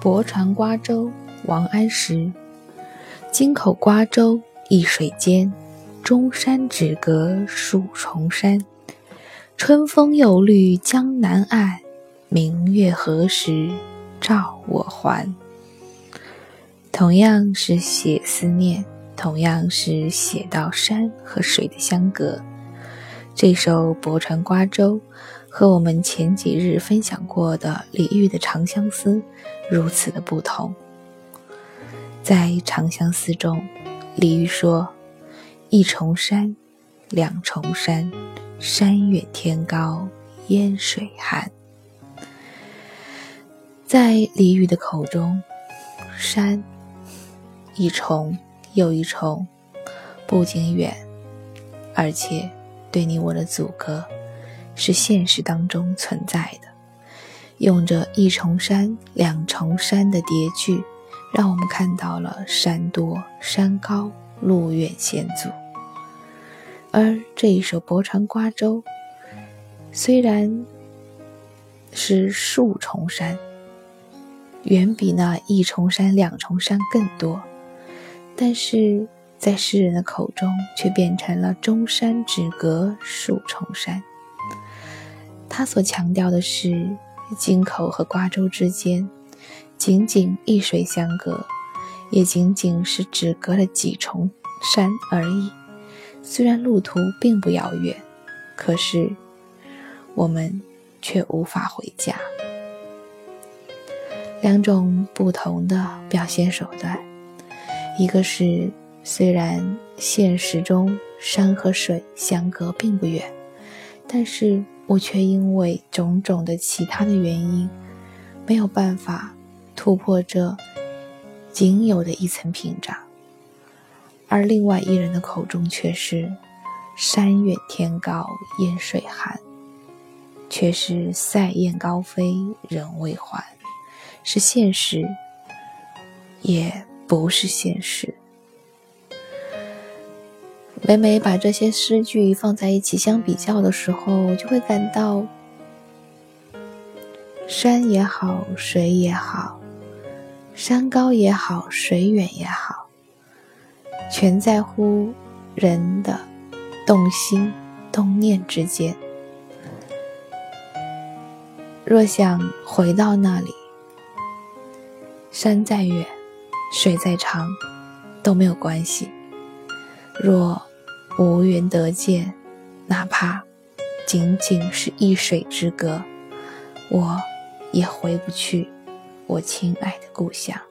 泊船瓜洲，王安石。京口瓜洲一水间，中山只隔数重山。春风又绿江南岸，明月何时照我还。同样是写思念，同样是写到山和水的相隔。这首《泊船瓜洲》和我们前几日分享过的李煜的《长相思》如此的不同。在《长相思》中，李煜说：一重山，两重山，山远天高烟水寒。在李煜的口中，山一重又一重，不仅远，而且对你我的阻隔是现实当中存在的，用着一重山两重山的叠句，让我们看到了山多山高路远险阻。而这一首《泊船瓜洲》虽然是数重山，远比那一重山两重山更多，但是在诗人的口中却变成了中山只隔数重山。他所强调的是京口和瓜洲之间仅仅一水相隔，也仅仅是只隔了几重山而已。虽然路途并不遥远，可是我们却无法回家。两种不同的表现手段，一个是虽然现实中山和水相隔并不远，但是我却因为种种的其他的原因，没有办法突破这仅有的一层屏障。而另外一人的口中却是山远天高烟水寒，却是塞雁高飞人未还，是现实也不是现实。每每把这些诗句放在一起相比较的时候，就会感到山也好，水也好，山高也好，水远也好，全在乎人的动心动念之间。若想回到那里，山再远，水再长都没有关系。若无缘得见，哪怕仅仅是一水之隔，我也回不去我亲爱的故乡。